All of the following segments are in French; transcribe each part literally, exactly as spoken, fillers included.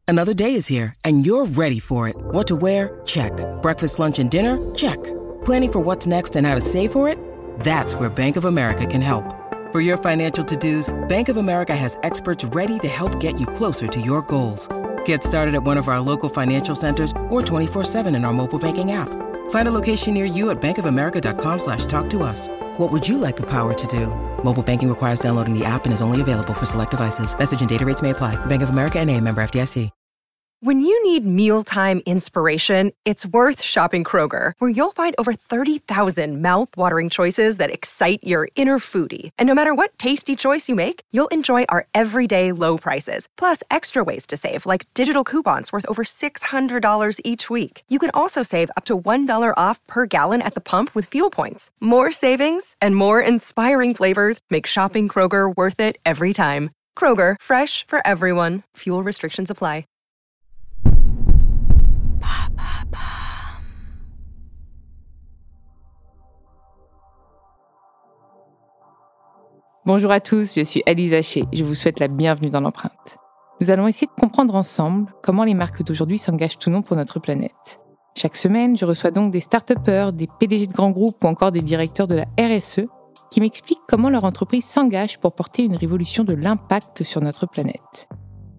Another day is here, and you're ready for it. What to wear? Check. Breakfast, lunch, and dinner? Check. Planning for what's next and how to save for it? That's where Bank of America can help. For your financial to-dos, Bank of America has experts ready to help get you closer to your goals. Get started at one of our local financial centers or twenty-four seven in our mobile banking app. Find a location near you at bankofamerica.com slash talk to us. What would you like the power to do? Mobile banking requires downloading the app and is only available for select devices. Message and data rates may apply. Bank of America N A, member F D I C. When you need mealtime inspiration, it's worth shopping Kroger, where you'll find over thirty thousand mouth-watering choices that excite your inner foodie. And no matter what tasty choice you make, you'll enjoy our everyday low prices, plus extra ways to save, like digital coupons worth over six hundred dollars each week. You can also save up to one dollar off per gallon at the pump with fuel points. More savings and more inspiring flavors make shopping Kroger worth it every time. Kroger, fresh for everyone. Fuel restrictions apply. Bonjour à tous, je suis Alice Haché. Je vous souhaite la bienvenue dans l'empreinte. Nous allons essayer de comprendre ensemble comment les marques d'aujourd'hui s'engagent ou non pour notre planète. Chaque semaine, je reçois donc des start-upers, des P D G de grands groupes ou encore des directeurs de la R S E qui m'expliquent comment leur entreprise s'engage pour porter une révolution de l'impact sur notre planète.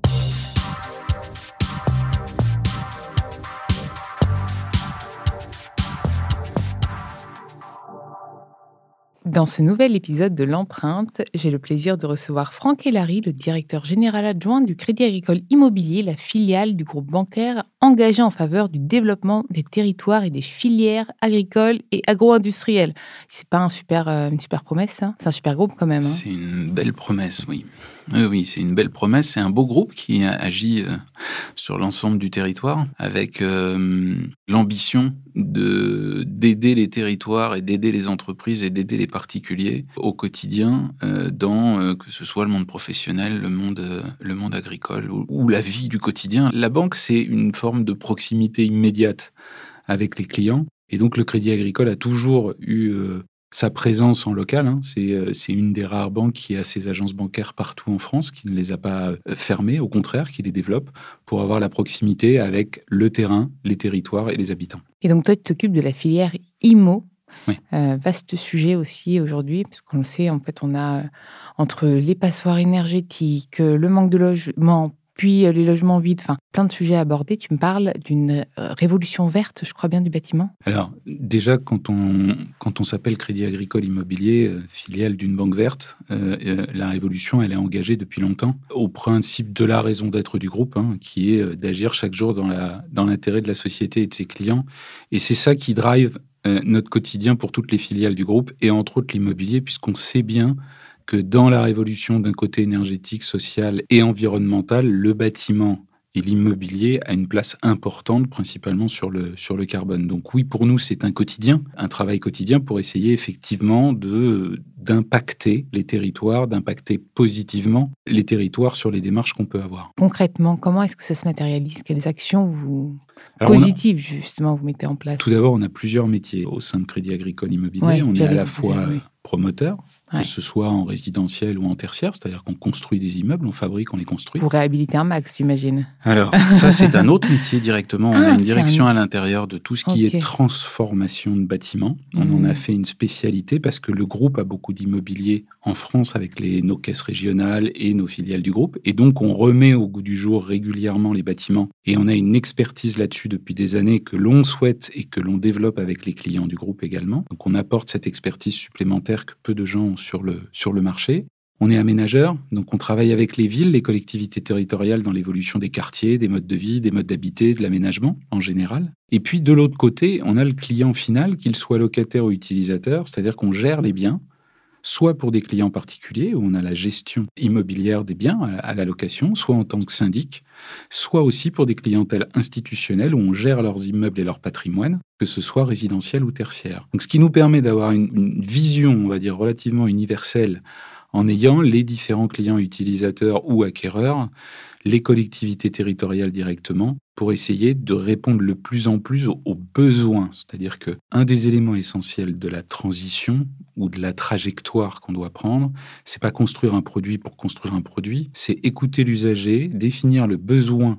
Dans ce nouvel épisode de l'empreinte, j'ai le plaisir de recevoir Franck Hellary, le directeur général adjoint du Crédit Agricole Immobilier, la filiale du groupe bancaire engagé en faveur du développement des territoires et des filières agricoles et agro-industrielles. C'est pas un super, euh, une super promesse, ça ? C'est un super groupe quand même. Hein. C'est une belle promesse, oui. Oui, oui, c'est une belle promesse. C'est un beau groupe qui agit euh, sur l'ensemble du territoire avec euh, l'ambition de, d'aider les territoires et d'aider les entreprises et d'aider les particuliers au quotidien euh, dans, euh, que ce soit le monde professionnel, le monde, euh, le monde agricole ou, ou la vie du quotidien. La banque, c'est une forme de proximité immédiate avec les clients. Et donc, le Crédit Agricole a toujours eu euh, sa présence en local. Hein. C'est, euh, c'est une des rares banques qui a ses agences bancaires partout en France, qui ne les a pas euh, fermées, au contraire, qui les développe pour avoir la proximité avec le terrain, les territoires et les habitants. Et donc, toi, tu t'occupes de la filière IMO. Oui. Euh, vaste sujet aussi aujourd'hui, parce qu'on le sait, en fait, on a euh, entre les passoires énergétiques, euh, le manque de logement, puis euh, les logements vides, enfin, plein de sujets abordés. Tu me parles d'une euh, révolution verte, je crois bien, du bâtiment. Alors, déjà, quand on, quand on s'appelle Crédit Agricole Immobilier, euh, filiale d'une banque verte, euh, euh, la révolution, elle est engagée depuis longtemps au principe de la raison d'être du groupe, hein, qui est euh, d'agir chaque jour dans, la, dans l'intérêt de la société et de ses clients. Et c'est ça qui drive euh, notre quotidien pour toutes les filiales du groupe, et entre autres l'immobilier, puisqu'on sait bien que dans la révolution d'un côté énergétique, social et environnemental, le bâtiment et l'immobilier a une place importante, principalement sur le, sur le carbone. Donc oui, pour nous, c'est un quotidien, un travail quotidien pour essayer effectivement de, d'impacter les territoires, d'impacter positivement les territoires sur les démarches qu'on peut avoir. Concrètement, comment est-ce que ça se matérialise ? Quelles actions vous... Alors, positives, a... justement, vous mettez en place ? Tout d'abord, on a plusieurs métiers au sein de Crédit Agricole Immobilier. Ouais, on est à la dire, fois oui. promoteur, Ouais. que ce soit en résidentiel ou en tertiaire, c'est-à-dire qu'on construit des immeubles, on fabrique, on les construit. Pour réhabiliter un max, j'imagine. Alors, ça, c'est un autre métier directement. On Ah, a une direction un... à l'intérieur de tout ce qui okay. est transformation de bâtiments. On mmh. en a fait une spécialité parce que le groupe a beaucoup d'immobilier en France avec les, nos caisses régionales et nos filiales du groupe. Et donc, on remet au goût du jour régulièrement les bâtiments. Et on a une expertise là-dessus depuis des années que l'on souhaite et que l'on développe avec les clients du groupe également. Donc, on apporte cette expertise supplémentaire que peu de gens ont sur le, sur le marché. On est aménageur, donc on travaille avec les villes, les collectivités territoriales dans l'évolution des quartiers, des modes de vie, des modes d'habiter, de l'aménagement en général. Et puis de l'autre côté, on a le client final, qu'il soit locataire ou utilisateur, c'est-à-dire qu'on gère les biens, soit pour des clients particuliers, où on a la gestion immobilière des biens à la location, soit en tant que syndic, soit aussi pour des clientèles institutionnelles, où on gère leurs immeubles et leur patrimoine, que ce soit résidentiel ou tertiaire. Donc, ce qui nous permet d'avoir une, une vision, on va dire, relativement universelle, en ayant les différents clients utilisateurs ou acquéreurs, les collectivités territoriales directement, pour essayer de répondre le plus en plus aux, aux besoins. C'est-à-dire qu'un des éléments essentiels de la transition ou de la trajectoire qu'on doit prendre, c'est pas construire un produit pour construire un produit, c'est écouter l'usager, définir le besoin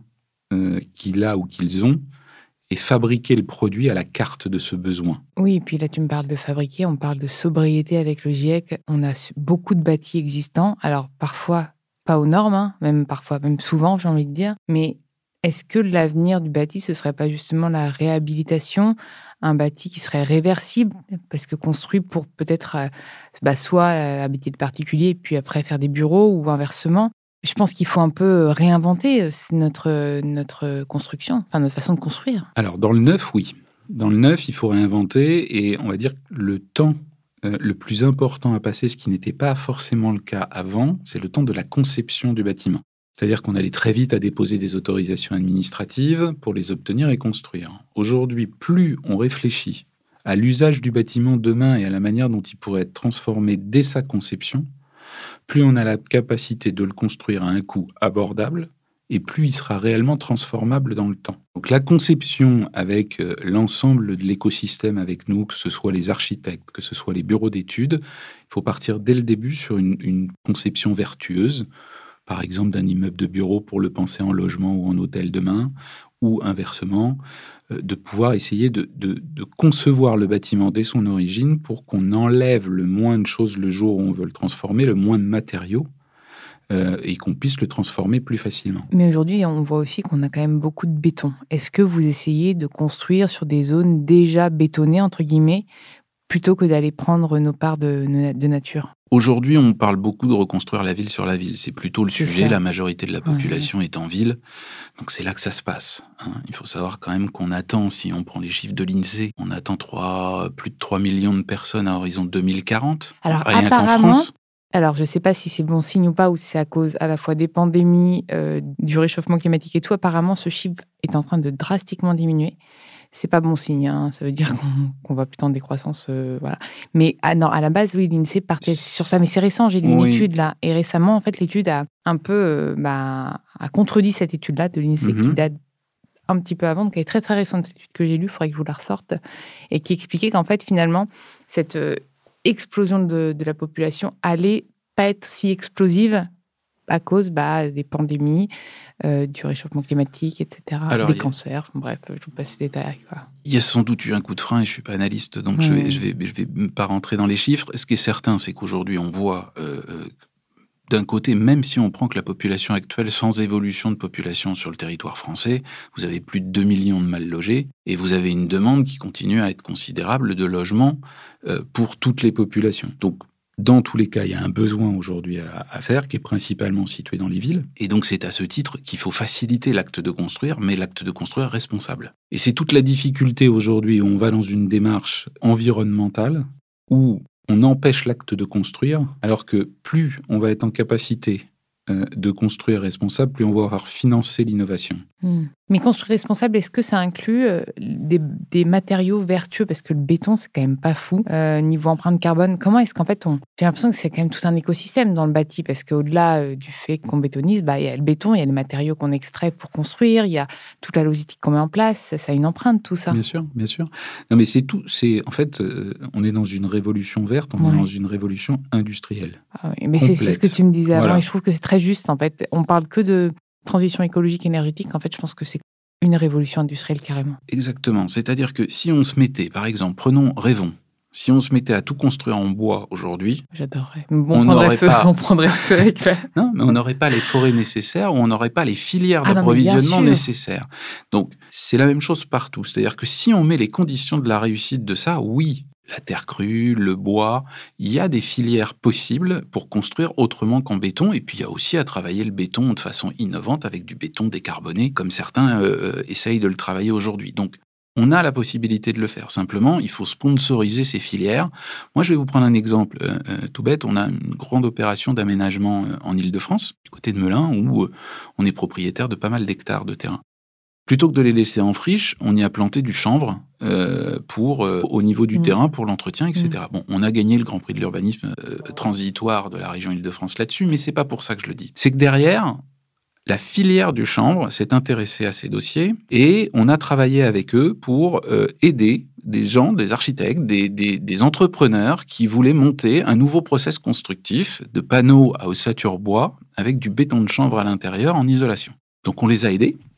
euh, qu'il a ou qu'ils ont et fabriquer le produit à la carte de ce besoin. Oui, et puis là, tu me parles de fabriquer, on parle de sobriété avec le GIEC. On a beaucoup de bâtis existants, alors parfois pas aux normes, hein, même parfois, même souvent, j'ai envie de dire. Mais est-ce que l'avenir du bâti, ce serait pas justement la réhabilitation, un bâti qui serait réversible, parce que construit pour peut-être euh, bah, soit euh, habiter de particuliers, puis après faire des bureaux, ou inversement. Je pense qu'il faut un peu réinventer notre, notre construction, enfin notre façon de construire. Alors, dans le neuf, oui. Dans le neuf, il faut réinventer et on va dire que le temps euh, le plus important à passer, ce qui n'était pas forcément le cas avant, c'est le temps de la conception du bâtiment. C'est-à-dire qu'on allait très vite à déposer des autorisations administratives pour les obtenir et construire. Aujourd'hui, plus on réfléchit à l'usage du bâtiment demain et à la manière dont il pourrait être transformé dès sa conception, plus on a la capacité de le construire à un coût abordable et plus il sera réellement transformable dans le temps. Donc la conception avec euh, l'ensemble de l'écosystème avec nous, que ce soit les architectes, que ce soit les bureaux d'études, il faut partir dès le début sur une, une conception vertueuse, par exemple d'un immeuble de bureau pour le penser en logement ou en hôtel demain, ou inversement, euh, de pouvoir essayer de, de, de concevoir le bâtiment dès son origine pour qu'on enlève le moins de choses le jour où on veut le transformer, le moins de matériaux, euh, et qu'on puisse le transformer plus facilement. Mais aujourd'hui, on voit aussi qu'on a quand même beaucoup de béton. Est-ce que vous essayez de construire sur des zones déjà bétonnées, entre guillemets, plutôt que d'aller prendre nos parts de, de nature ? Aujourd'hui, on parle beaucoup de reconstruire la ville sur la ville. C'est plutôt le C'est sujet. ça. La majorité de la population Ouais. est en ville. Donc, c'est là que ça se passe. Hein. Il faut savoir quand même qu'on attend, si on prend les chiffres de l'INSEE, on attend trois, plus de trois millions de personnes à horizon deux mille quarante. Alors, rien qu'en apparemment, France. alors je ne sais pas si c'est bon signe ou pas, ou si c'est à cause à la fois des pandémies, euh, du réchauffement climatique et tout. Apparemment, ce chiffre est en train de drastiquement diminuer. C'est pas bon signe, hein. Ça veut dire qu'on, qu'on va plutôt en décroissance, euh, voilà. Mais ah non, à la base, oui, l'INSEE partait sur ça, mais c'est récent. J'ai lu une Oui. étude là, et récemment, en fait, l'étude a un peu, euh, bah, a contredit cette étude-là de l'INSEE Mhm. qui date un petit peu avant, donc elle est très très récente, cette étude que j'ai lue. Il faudrait que je vous la ressorte, et qui expliquait qu'en fait, finalement, cette euh, explosion de, de la population allait pas être si explosive à cause bah, des pandémies, euh, du réchauffement climatique, et cetera, Alors, des il y a- cancers. Enfin, bref, je vous passe ces détails. Quoi. Il y a sans doute eu un coup de frein, et je ne suis pas analyste, donc je Ouais. vais, je vais, je vais pas rentrer dans les chiffres. Ce qui est certain, c'est qu'aujourd'hui, on voit, euh, euh, d'un côté, même si on prend que la population actuelle, sans évolution de population sur le territoire français, vous avez plus de deux millions de mal logés, et vous avez une demande qui continue à être considérable de logements euh, pour toutes les populations. Donc, dans tous les cas, il y a un besoin aujourd'hui à, à faire, qui est principalement situé dans les villes. Et donc, c'est à ce titre qu'il faut faciliter l'acte de construire, mais l'acte de construire responsable. Et c'est toute la difficulté aujourd'hui où on va dans une démarche environnementale, où on empêche l'acte de construire, alors que plus on va être en capacité euh, de construire responsable, plus on va avoir financé l'innovation. Hmm. Mais construire responsable, est-ce que ça inclut euh, des, des matériaux vertueux ? Parce que le béton, c'est quand même pas fou. Euh, niveau empreinte carbone, comment est-ce qu'en fait, on... j'ai l'impression que c'est quand même tout un écosystème dans le bâti, parce qu'au-delà euh, du fait qu'on bétonise, bah, il y a le béton, il y a les matériaux qu'on extrait pour construire, il y a toute la logistique qu'on met en place, ça, ça a une empreinte, tout ça. Bien sûr, bien sûr. Non, mais c'est tout. C'est, en fait, euh, on est dans une révolution verte, on Ouais. est dans une révolution industrielle. Ah oui, mais c'est, c'est ce que Complexe. tu me disais avant, Voilà. et je trouve que c'est très juste, en fait. On parle que de transition écologique, énergétique. En fait, je pense que c'est une révolution industrielle, carrément. Exactement. C'est-à-dire que si on se mettait, par exemple, prenons, rêvons, si on se mettait à tout construire en bois aujourd'hui, J'adorerais. Mais bon, On on, prendrait n'aurait feu, pas- on prendrait feu avec la... non, mais on n'aurait pas les forêts nécessaires ou on n'aurait pas les filières Ah non, mais bien d'approvisionnement sûr. nécessaires. Donc, c'est la même chose partout. C'est-à-dire que si on met les conditions de la réussite de ça, oui, la terre crue, le bois, il y a des filières possibles pour construire autrement qu'en béton. Et puis, il y a aussi à travailler le béton de façon innovante avec du béton décarboné, comme certains euh, essayent de le travailler aujourd'hui. Donc, on a la possibilité de le faire. Simplement, il faut sponsoriser ces filières. Moi, je vais vous prendre un exemple euh, euh, tout bête. On a une grande opération d'aménagement euh, en Île-de-France, du côté de Melun, où euh, on est propriétaire de pas mal d'hectares de terrain. Plutôt que de les laisser en friche, on y a planté du chanvre euh, pour, euh, au niveau du Mmh. terrain, pour l'entretien, et cetera. Bon, on a gagné le Grand Prix de l'urbanisme euh, transitoire de la région Île-de-France là-dessus, mais c'est pas pour ça que je le dis. C'est que derrière, la filière du chanvre s'est intéressée à ces dossiers et on a travaillé avec eux pour euh, aider des gens, des architectes, des, des, des entrepreneurs qui voulaient monter un nouveau process constructif de panneaux à ossature bois avec du béton de chanvre à l'intérieur en isolation. Donc on les a aidés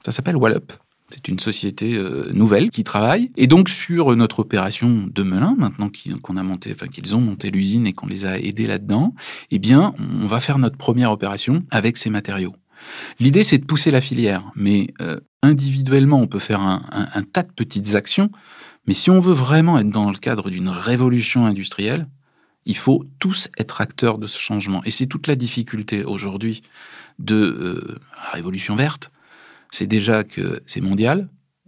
Ça s'appelle Wallup. C'est une société euh, nouvelle qui travaille. Et donc, sur notre opération de Melun, maintenant qu'on a monté, enfin, qu'ils ont monté l'usine et qu'on les a aidés là-dedans, eh bien, on va faire notre première opération avec ces matériaux. L'idée, c'est de pousser la filière. Mais euh, individuellement, on peut faire un, un, un tas de petites actions. Mais si on veut vraiment être dans le cadre d'une révolution industrielle, il faut tous être acteurs de ce changement. Et c'est toute la difficulté aujourd'hui de euh, la révolution verte. C'est déjà que c'est mondial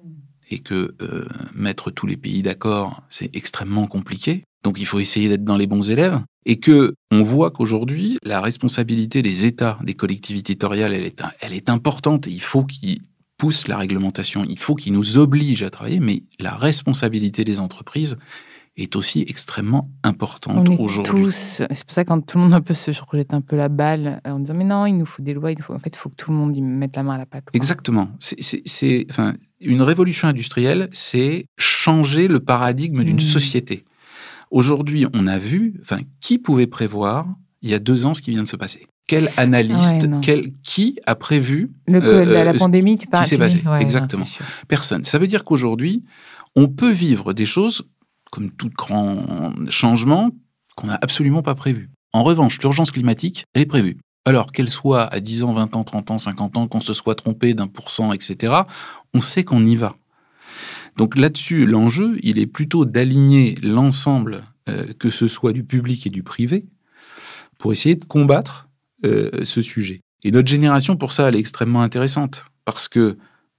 et que euh, mettre tous les pays d'accord, c'est extrêmement compliqué. Donc il faut essayer d'être dans les bons élèves. Et qu'on voit qu'aujourd'hui, la responsabilité des États, des collectivités territoriales, elle est, elle est importante. Et il faut qu'ils poussent la réglementation, il faut qu'ils nous obligent à travailler, mais la responsabilité des entreprises est aussi extrêmement importante on est aujourd'hui. Tous, c'est pour ça que quand tout le monde un peu se rejette un peu la balle en disant mais non, il nous faut des lois, il faut, en fait, il faut que tout le monde y mette la main à la pâte. Quoi. Exactement. C'est, c'est, c'est, enfin, une révolution industrielle, c'est changer le paradigme d'une mmh. société. Aujourd'hui, on a vu, enfin, qui pouvait prévoir il y a deux ans ce qui vient de se passer? Quel analyste, ouais, quel, qui a prévu le, euh, la, la pandémie qui, qui s'est passé? Ouais, Exactement. Non, Personne. Ça veut dire qu'aujourd'hui, on peut vivre des choses comme tout grand changement qu'on n'a absolument pas prévu. En revanche, l'urgence climatique, elle est prévue. Alors qu'elle soit à dix ans, vingt ans, trente ans, cinquante ans, qu'on se soit trompé d'un pour cent, et cetera, on sait qu'on y va. Donc là-dessus, l'enjeu, il est plutôt d'aligner l'ensemble, euh, que ce soit du public et du privé, pour essayer de combattre euh, ce sujet. Et notre génération, pour ça, elle est extrêmement intéressante, parce que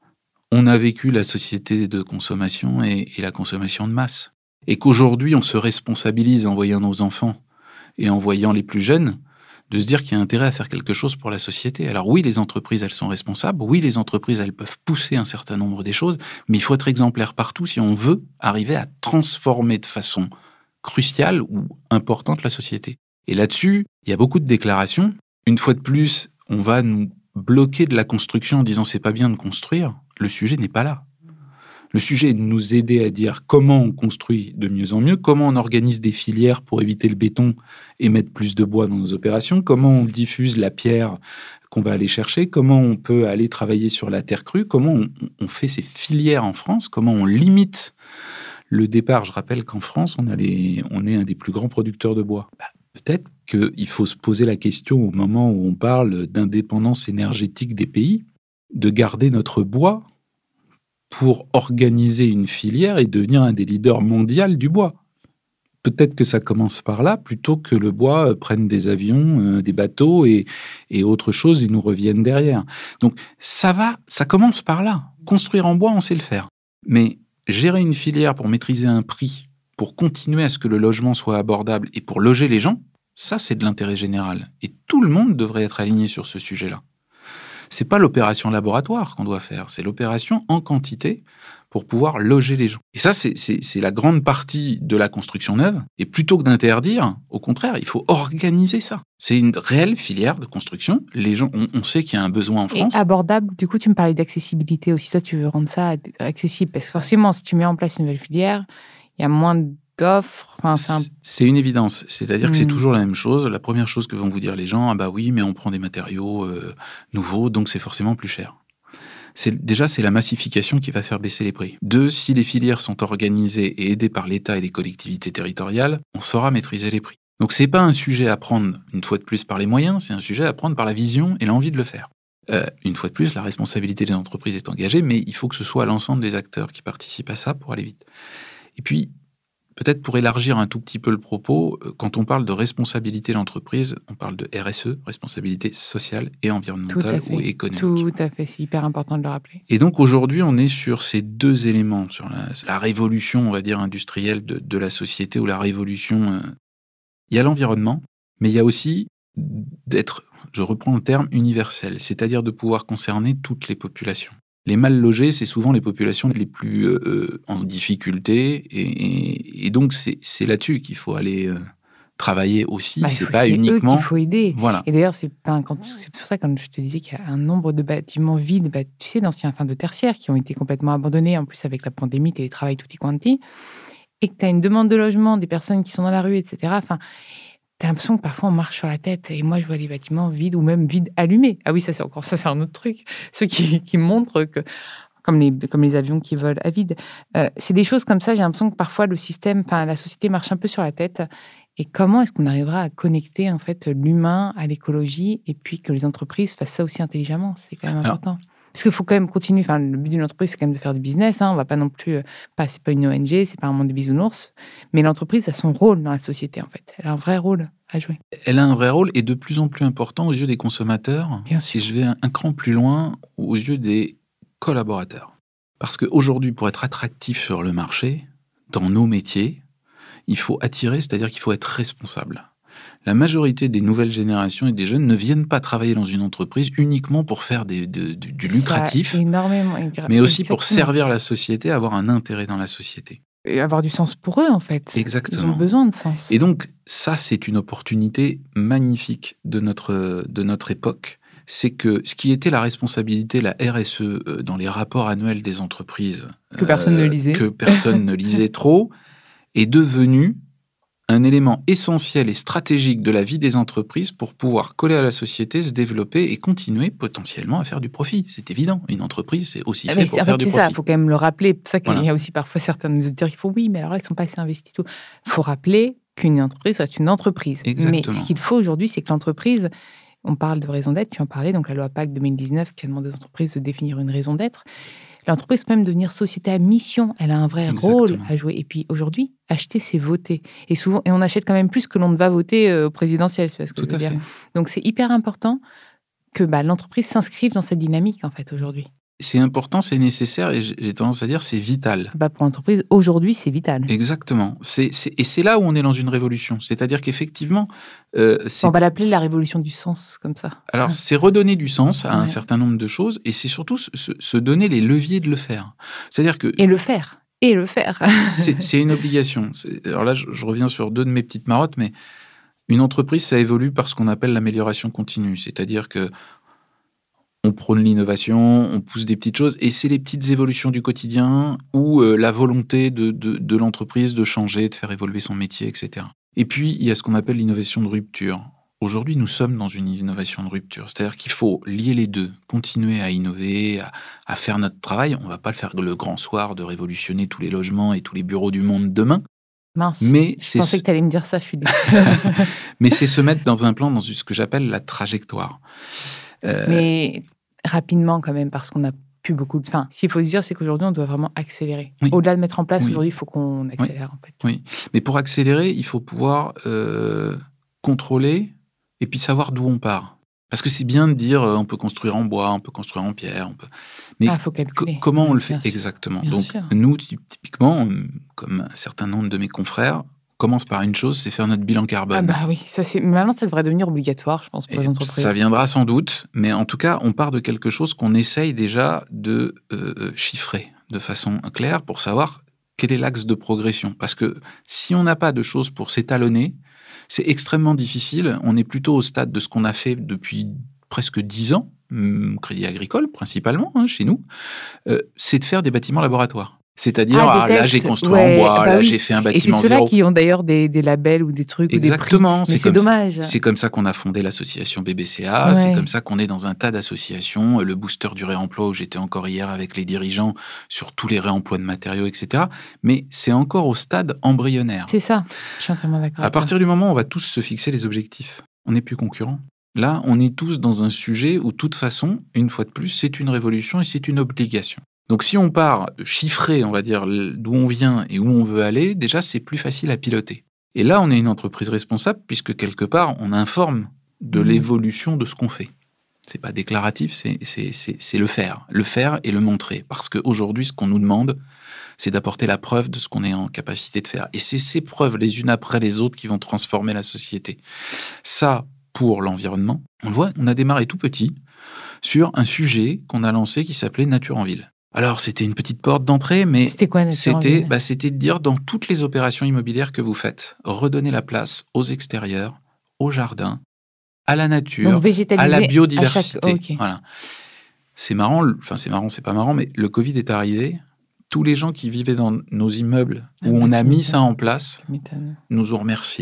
on a vécu la société de consommation et, et la consommation de masse. Et qu'aujourd'hui, on se responsabilise en voyant nos enfants et en voyant les plus jeunes, de se dire qu'il y a intérêt à faire quelque chose pour la société. Alors oui, les entreprises, elles sont responsables. Oui, les entreprises, elles peuvent pousser un certain nombre des choses, mais il faut être exemplaire partout si on veut arriver à transformer de façon cruciale ou importante la société. Et là-dessus, il y a beaucoup de déclarations. Une fois de plus, on va nous bloquer de la construction en disant « c'est pas bien de construire ». Le sujet n'est pas là. Le sujet est de nous aider à dire comment on construit de mieux en mieux, comment on organise des filières pour éviter le béton et mettre plus de bois dans nos opérations, comment on diffuse la pierre qu'on va aller chercher, comment on peut aller travailler sur la terre crue, comment on, on fait ces filières en France, comment on limite le départ. Je rappelle qu'en France, on, a les, on est un des plus grands producteurs de bois. Bah, peut-être qu'il faut se poser la question au moment où on parle d'indépendance énergétique des pays, de garder notre bois pour organiser une filière et devenir un des leaders mondiaux du bois. Peut-être que ça commence par là, plutôt que le bois prenne des avions, euh, des bateaux et, et autre chose et nous reviennent derrière. Donc ça va, ça commence par là. Construire en bois, on sait le faire. Mais gérer une filière pour maîtriser un prix, pour continuer à ce que le logement soit abordable et pour loger les gens, ça c'est de l'intérêt général. Et tout le monde devrait être aligné sur ce sujet-là. C'est pas l'opération laboratoire qu'on doit faire, c'est l'opération en quantité pour pouvoir loger les gens. Et ça, c'est, c'est, c'est la grande partie de la construction neuve. Et plutôt que d'interdire, au contraire, il faut organiser ça. C'est une réelle filière de construction. Les gens, on, on sait qu'il y a un besoin en France. Et abordable, du coup, tu me parlais d'accessibilité aussi. Toi, tu veux rendre ça accessible. Parce que forcément, si tu mets en place une nouvelle filière, il y a moins de d'offres. Enfin, c'est, un... c'est une évidence. C'est-à-dire mmh. que c'est toujours la même chose. La première chose que vont vous dire les gens, ah bah oui, mais on prend des matériaux euh, nouveaux, donc c'est forcément plus cher. C'est, déjà, c'est la massification qui va faire baisser les prix. Deux, si les filières sont organisées et aidées par l'État et les collectivités territoriales, on saura maîtriser les prix. Donc c'est pas un sujet à prendre une fois de plus par les moyens, c'est un sujet à prendre par la vision et l'envie de le faire. Euh, une fois de plus, la responsabilité des entreprises est engagée, mais il faut que ce soit l'ensemble des acteurs qui participent à ça pour aller vite. Et puis, peut-être pour élargir un tout petit peu le propos, quand on parle de responsabilité de l'entreprise, on parle de R S E, responsabilité sociale et environnementale ou économique. Tout à fait, c'est hyper important de le rappeler. Et donc aujourd'hui, on est sur ces deux éléments, sur la, la révolution, on va dire, industrielle de, de la société ou la révolution. Euh... Il y a l'environnement, mais il y a aussi d'être, je reprends le terme, universel, c'est-à-dire de pouvoir concerner toutes les populations. Les mal logés, c'est souvent les populations les plus euh, en difficulté, et, et, et donc c'est, c'est là-dessus qu'il faut aller euh, travailler aussi. Bah, c'est faut, pas c'est uniquement. Eux qu'il faut aider. Voilà. Et d'ailleurs, c'est, enfin, quand, c'est pour ça quand je te disais qu'il y a un nombre de bâtiments vides, bah, tu sais, d'anciens fins de tertiaire qui ont été complètement abandonnés, en plus avec la pandémie, télétravail tutti quanti, et que tu as une demande de logement, des personnes qui sont dans la rue, et cetera. Enfin, t'as l'impression que parfois on marche sur la tête. Et moi, je vois des bâtiments vides ou même vides allumés. Ah oui, ça c'est encore ça, c'est un autre truc. Ceux qui, qui montrent que, comme les, comme les avions qui volent à vide, euh, c'est des choses comme ça. J'ai l'impression que parfois le système, enfin la société marche un peu sur la tête. Et comment est-ce qu'on arrivera à connecter en fait l'humain à l'écologie et puis que les entreprises fassent ça aussi intelligemment? C'est quand même important. Alors, parce qu'il faut quand même continuer. Enfin, le but d'une entreprise, c'est quand même de faire du business. Hein. On va pas non plus, pas, c'est pas une O N G, c'est pas un monde de bisounours. Mais l'entreprise a son rôle dans la société en fait. Elle a un vrai rôle à jouer. Elle a un vrai rôle et de plus en plus important aux yeux des consommateurs. Bien sûr. Et je vais un, un cran plus loin aux yeux des collaborateurs. Parce qu'aujourd'hui, pour être attractif sur le marché, dans nos métiers, il faut attirer, c'est-à-dire qu'il faut être responsable. La majorité des nouvelles générations et des jeunes ne viennent pas travailler dans une entreprise uniquement pour faire des, de, de, du lucratif, ça, énormément, mais aussi Exactement. Pour servir la société, avoir un intérêt dans la société. Et avoir du sens pour eux, en fait. Exactement. Ils ont besoin de sens. Et donc, ça, c'est une opportunité magnifique de notre, de notre époque. C'est que ce qui était la responsabilité, la R S E, dans les rapports annuels des entreprises... Que personne euh, ne lisait. Que personne ne lisait trop... est devenu un élément essentiel et stratégique de la vie des entreprises pour pouvoir coller à la société, se développer et continuer potentiellement à faire du profit. C'est évident. Une entreprise, c'est aussi ah fait mais pour en faire fait, du c'est profit. Ça, il faut quand même le rappeler. C'est pour ça qu'il voilà. y a aussi parfois certains de nous dire qu'il faut, oui, mais alors là, ils ne sont pas assez investis. Il faut rappeler qu'une entreprise reste une entreprise. Exactement. Mais ce qu'il faut aujourd'hui, c'est que l'entreprise, on parle de raison d'être, tu en parlais, donc la loi P A C deux mille dix-neuf qui a demandé aux entreprises de définir une raison d'être. L'entreprise peut même devenir société à mission. Elle a un vrai Exactement. rôle à jouer. Et puis aujourd'hui, acheter, c'est voter. Et souvent, et on achète quand même plus que l'on ne va voter au présidentiel. C'est ce que Tout je veux à dire. fait. Donc c'est hyper important que bah, l'entreprise s'inscrive dans cette dynamique en fait aujourd'hui. C'est important, c'est nécessaire et j'ai tendance à dire c'est vital. Bah, pour l'entreprise, aujourd'hui, c'est vital. Exactement. C'est, c'est, et c'est là où on est dans une révolution. C'est-à-dire qu'effectivement... Euh, c'est, on va l'appeler la révolution du sens, comme ça. Alors, c'est redonner du sens à ouais. un certain nombre de choses et c'est surtout se, se donner les leviers de le faire. C'est-à-dire que... Et le faire. Et le faire. c'est, c'est une obligation. C'est, alors là, je, je reviens sur deux de mes petites marottes, mais une entreprise, ça évolue par ce qu'on appelle l'amélioration continue. C'est-à-dire que on prône l'innovation, on pousse des petites choses, et c'est les petites évolutions du quotidien ou euh, la volonté de, de, de l'entreprise de changer, de faire évoluer son métier, et cetera. Et puis, il y a ce qu'on appelle l'innovation de rupture. Aujourd'hui, nous sommes dans une innovation de rupture. C'est-à-dire qu'il faut lier les deux, continuer à innover, à, à faire notre travail. On ne va pas le faire le grand soir de révolutionner tous les logements et tous les bureaux du monde demain. Mince, mais je c'est pensais ce... que tu allais me dire ça, je suis désolée. Mais c'est se mettre dans un plan, dans ce que j'appelle la trajectoire. Euh... Mais rapidement quand même, parce qu'on a plus beaucoup de... Enfin, ce qu'il faut se dire, c'est qu'aujourd'hui, on doit vraiment accélérer. Oui. Au-delà de mettre en place, oui. aujourd'hui, il faut qu'on accélère, oui. en fait. Oui, mais pour accélérer, il faut pouvoir euh, contrôler et puis savoir d'où on part. Parce que c'est bien de dire, euh, on peut construire en bois, on peut construire en pierre, on peut... Mais ah, faut calculer. C- comment on le fait bien exactement sûr. Donc, sûr. nous, typiquement, comme un certain nombre de mes confrères, commence par une chose, c'est faire notre bilan carbone. Ah bah oui, ça c'est... maintenant ça devrait devenir obligatoire, je pense, pour et les entreprises. Ça viendra sans doute, mais en tout cas, on part de quelque chose qu'on essaye déjà de euh, chiffrer de façon claire pour savoir quel est l'axe de progression. Parce que si on n'a pas de choses pour s'étalonner, c'est extrêmement difficile. On est plutôt au stade de ce qu'on a fait depuis presque dix ans, Crédit Agricole principalement, hein, chez nous, euh, c'est de faire des bâtiments laboratoires. C'est-à-dire, ah, ah, là, j'ai construit ouais, en bois, bah là, oui. j'ai fait un bâtiment zéro. Et c'est ceux-là zéro. qui ont d'ailleurs des, des labels ou des trucs Exactement, ou des prix. Mais c'est, c'est dommage. Ça, c'est comme ça qu'on a fondé l'association B B C A, ouais. c'est comme ça qu'on est dans un tas d'associations, le booster du réemploi où j'étais encore hier avec les dirigeants sur tous les réemplois de matériaux, et cetera. Mais c'est encore au stade embryonnaire. C'est ça, je suis entièrement d'accord. À partir du moment où on va tous se fixer les objectifs, on n'est plus concurrents. Là, on est tous dans un sujet où, de toute façon, une fois de plus, c'est une révolution et c'est une obligation. Donc, si on part chiffré, on va dire, d'où on vient et où on veut aller, déjà, c'est plus facile à piloter. Et là, on est une entreprise responsable puisque, quelque part, on informe de mmh. l'évolution de ce qu'on fait. C'est pas déclaratif, c'est, c'est, c'est, c'est le faire. Le faire et le montrer. Parce qu'aujourd'hui, ce qu'on nous demande, c'est d'apporter la preuve de ce qu'on est en capacité de faire. Et c'est ces preuves, les unes après les autres, qui vont transformer la société. Ça, pour l'environnement, on le voit, on a démarré tout petit sur un sujet qu'on a lancé qui s'appelait Nature en ville. Alors, c'était une petite porte d'entrée, mais c'était quoi, Nature c'était, en ville bah, c'était de dire, dans toutes les opérations immobilières que vous faites, redonnez la place aux extérieurs, au jardin, à la nature, donc, à la biodiversité. À chaque... oh, okay. Voilà. C'est marrant, enfin c'est marrant, c'est pas marrant, mais le Covid est arrivé. Tous les gens qui vivaient dans nos immeubles où ah, on a mis ça en place nous ont remerciés.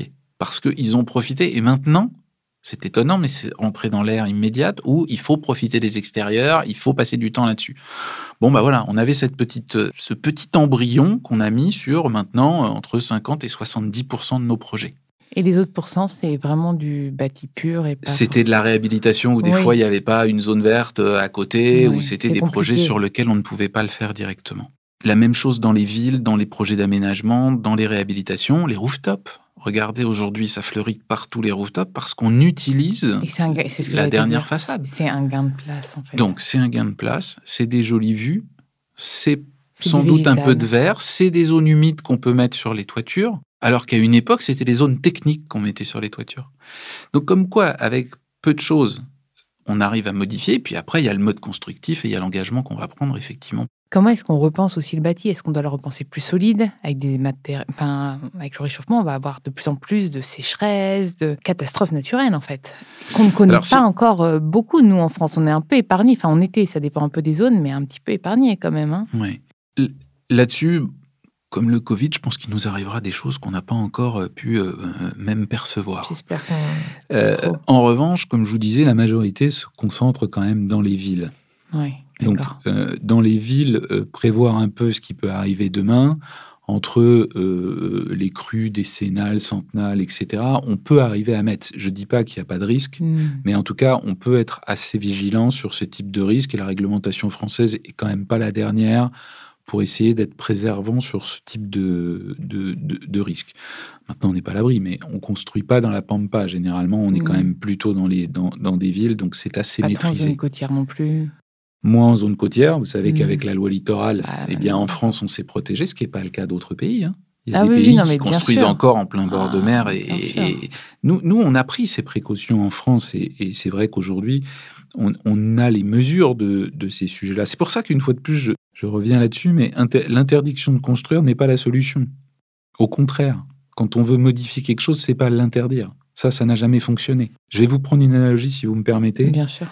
parce qu'ils ont profité. Et maintenant, c'est étonnant, mais c'est rentré dans l'ère immédiate où il faut profiter des extérieurs, il faut passer du temps là-dessus. Bon, bah voilà, on avait cette petite, ce petit embryon qu'on a mis sur maintenant entre cinquante et soixante-dix pour cent de nos projets. Et les autres pourcents, c'est vraiment du bâti pur et pas... C'était de la réhabilitation où des oui. fois, il n'y avait pas une zone verte à côté, oui, où c'était des compliqué. projets sur lesquels on ne pouvait pas le faire directement. La même chose dans les villes, dans les projets d'aménagement, dans les réhabilitations, les rooftops. Regardez, aujourd'hui, ça fleurit partout les rooftops parce qu'on utilise et c'est un, c'est ce que la dernière façade. C'est un gain de place, en fait. Donc, c'est un gain de place, c'est des jolies vues, c'est, c'est sans doute végétal. Un peu de verre, c'est des zones humides qu'on peut mettre sur les toitures. Alors qu'à une époque, c'était les zones techniques qu'on mettait sur les toitures. Donc, comme quoi, avec peu de choses, on arrive à modifier. Puis après, il y a le mode constructif et il y a l'engagement qu'on va prendre, effectivement. Comment est-ce qu'on repense aussi le bâti ? Est-ce qu'on doit le repenser plus solide ? Avec des matériaux, enfin, avec le réchauffement, on va avoir de plus en plus de sécheresses, de catastrophes naturelles, en fait, qu'on ne connaît Alors, pas c'est... encore beaucoup, nous, en France. On est un peu épargnés. Enfin, on était, ça dépend un peu des zones, mais un petit peu épargnés quand même. Hein. Oui. Là-dessus... Comme le Covid, je pense qu'il nous arrivera des choses qu'on n'a pas encore pu euh, même percevoir. J'espère qu'on... Euh, en revanche, comme je vous disais, la majorité se concentre quand même dans les villes. Oui, Donc, euh, dans les villes, euh, prévoir un peu ce qui peut arriver demain, entre euh, les crues décennales, centennales, et cetera, on peut arriver à mettre. Je ne dis pas qu'il n'y a pas de risque, mm. mais en tout cas, on peut être assez vigilant sur ce type de risque. Et la réglementation française est quand même pas la dernière pour essayer d'être préservant sur ce type de, de, de, de risque. Maintenant, on n'est pas à l'abri, mais on ne construit pas dans la pampa. Généralement, on est mmh. quand même plutôt dans, les, dans, dans des villes, donc c'est assez pas maîtrisé. Pas trop en zone côtière non plus. Moins en zone côtière. Vous savez mmh. qu'avec la loi littorale, ah, eh bien, en France, on s'est protégé, ce qui n'est pas le cas d'autres pays. Hein. Il y a ah, des oui, pays non, qui construisent sûr. encore en plein bord ah, de mer. Et, et, et nous, nous, on a pris ces précautions en France, et, et c'est vrai qu'aujourd'hui, on, on a les mesures de, de ces sujets-là. C'est pour ça qu'une fois de plus, je, je reviens là-dessus, mais inter- l'interdiction de construire n'est pas la solution. Au contraire, quand on veut modifier quelque chose, c'est pas l'interdire. Ça, ça n'a jamais fonctionné. Je vais vous prendre une analogie, si vous me permettez. Bien sûr.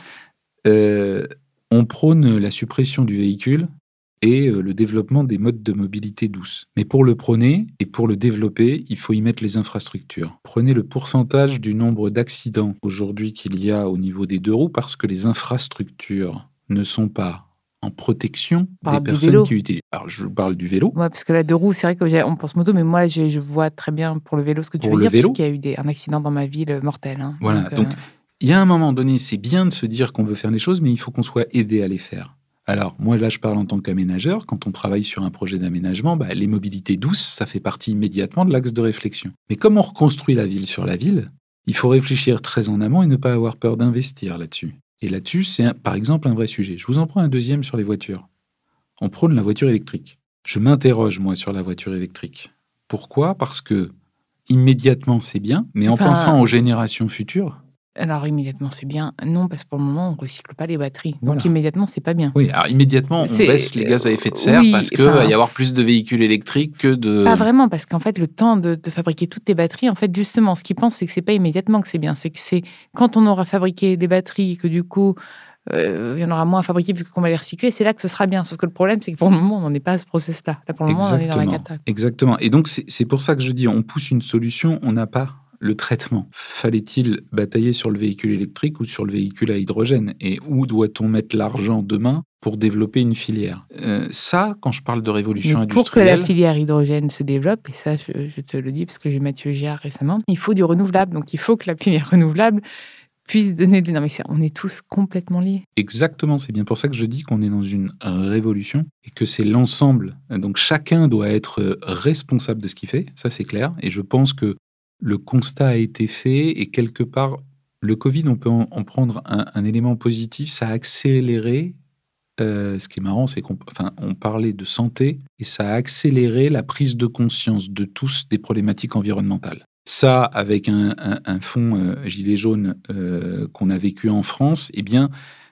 Euh, on prône la suppression du véhicule et euh, le développement des modes de mobilité douce. Mais pour le prôner et pour le développer, il faut y mettre les infrastructures. Prenez le pourcentage du nombre d'accidents aujourd'hui qu'il y a au niveau des deux roues parce que les infrastructures ne sont pas en protection des personnes qui utilisent. Alors, je parle du vélo. Ouais, parce que la deux roues, c'est vrai qu'on pense moto, mais moi, je, je vois très bien pour le vélo ce que tu pour veux dire, vélo, parce qu'il y a eu des, un accident dans ma ville mortel. Hein. Voilà, donc, donc euh... il y a un moment donné, c'est bien de se dire qu'on veut faire les choses, mais il faut qu'on soit aidé à les faire. Alors, moi, là, je parle en tant qu'aménageur. Quand on travaille sur un projet d'aménagement, bah, les mobilités douces, ça fait partie immédiatement de l'axe de réflexion. Mais comme on reconstruit la ville sur la ville, il faut réfléchir très en amont et ne pas avoir peur d'investir là-dessus. Et là-dessus, c'est, un, par exemple, un vrai sujet. Je vous en prends un deuxième sur les voitures. On prône la voiture électrique. Je m'interroge, moi, sur la voiture électrique. Pourquoi ? Parce que, immédiatement, c'est bien, mais en enfin, pensant aux générations futures... Alors, immédiatement, c'est bien. Non, parce que pour le moment, on ne recycle pas les batteries. Donc, voilà. Immédiatement, c'est pas bien. Oui, alors immédiatement, on c'est... baisse les gaz à effet de serre oui, parce qu'il va y avoir plus de véhicules électriques que de... Pas vraiment, parce qu'en fait, le temps de, de fabriquer toutes tes batteries, en fait, justement, ce qu'ils pensent, c'est que c'est pas immédiatement que c'est bien. C'est que c'est quand on aura fabriqué des batteries, que du coup, euh, il y en aura moins à fabriquer vu qu'on va les recycler, c'est là que ce sera bien. Sauf que le problème, c'est que pour le moment, on n'en est pas à ce process-là. Là, pour le Exactement. moment, on est dans la cata. Exactement. Et donc, c'est, c'est pour ça que je dis, on pousse une solution, on n'a pas le traitement. Fallait-il batailler sur le véhicule électrique ou sur le véhicule à hydrogène ? Et où doit-on mettre l'argent demain pour développer une filière ? euh, Ça, quand je parle de révolution Mais industrielle... Pour que la filière hydrogène se développe, et ça, je, je te le dis parce que j'ai eu Mathieu Giard récemment, il faut du renouvelable. Donc, il faut que la filière renouvelable puisse donner de... Non, mais c'est, on est tous complètement liés. Exactement. C'est bien pour ça que je dis qu'on est dans une révolution et que c'est l'ensemble. Donc, chacun doit être responsable de ce qu'il fait. Ça, c'est clair. Et je pense que le constat a été fait et quelque part, le Covid, on peut en, en prendre un, un élément positif. Ça a accéléré, euh, ce qui est marrant, c'est qu'on enfin, on parlait de santé et ça a accéléré la prise de conscience de tous des problématiques environnementales. Ça, avec un, un, un fonds euh, Gilets jaunes euh, qu'on a vécu en France, eh bien,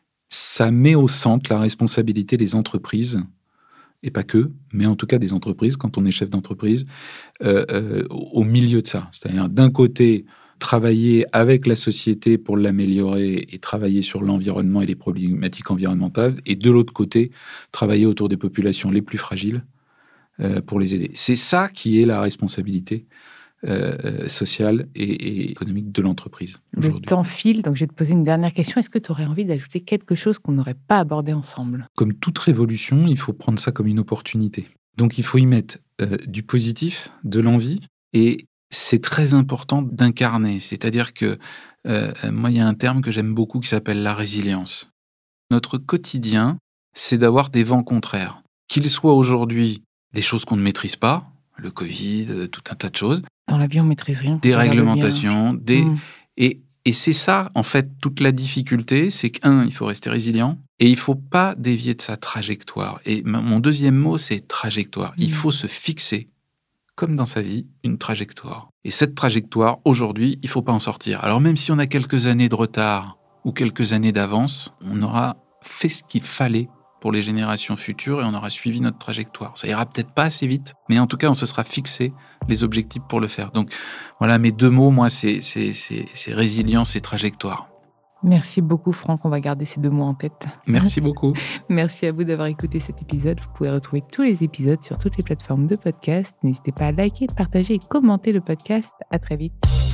ça met au centre la responsabilité des entreprises et pas que, mais en tout cas des entreprises, quand on est chef d'entreprise, euh, euh, au milieu de ça. C'est-à-dire, d'un côté, travailler avec la société pour l'améliorer et travailler sur l'environnement et les problématiques environnementales, et de l'autre côté, travailler autour des populations les plus fragiles euh, pour les aider. C'est ça qui est la responsabilité euh, sociale et, et économique de l'entreprise aujourd'hui. Le temps file, donc je vais te poser une dernière question. Est-ce que tu aurais envie d'ajouter quelque chose qu'on n'aurait pas abordé ensemble ? Comme toute révolution, il faut prendre ça comme une opportunité. Donc il faut y mettre euh, du positif, de l'envie, et c'est très important d'incarner. C'est-à-dire que euh, moi, il y a un terme que j'aime beaucoup qui s'appelle la résilience. Notre quotidien, c'est d'avoir des vents contraires. Qu'ils soient aujourd'hui des choses qu'on ne maîtrise pas, le Covid, tout un tas de choses. Dans la vie, on ne maîtrise rien. Des réglementations, des... Mmh. Et, et c'est ça, en fait, toute la difficulté, c'est qu'un, il faut rester résilient, et il ne faut pas dévier de sa trajectoire. Et mon deuxième mot, c'est trajectoire. Mmh. Il faut se fixer, comme dans sa vie, une trajectoire. Et cette trajectoire, aujourd'hui, il ne faut pas en sortir. Alors même si on a quelques années de retard ou quelques années d'avance, on aura fait ce qu'il fallait pour les générations futures et on aura suivi notre trajectoire. Ça ira peut-être pas assez vite, mais en tout cas, on se sera fixé les objectifs pour le faire. Donc voilà, mes deux mots, moi, c'est, c'est, c'est, c'est résilience et trajectoire. Merci beaucoup, Franck. On va garder ces deux mots en tête. Merci beaucoup. Merci à vous d'avoir écouté cet épisode. Vous pouvez retrouver tous les épisodes sur toutes les plateformes de podcast. N'hésitez pas à liker, partager et commenter le podcast. À très vite.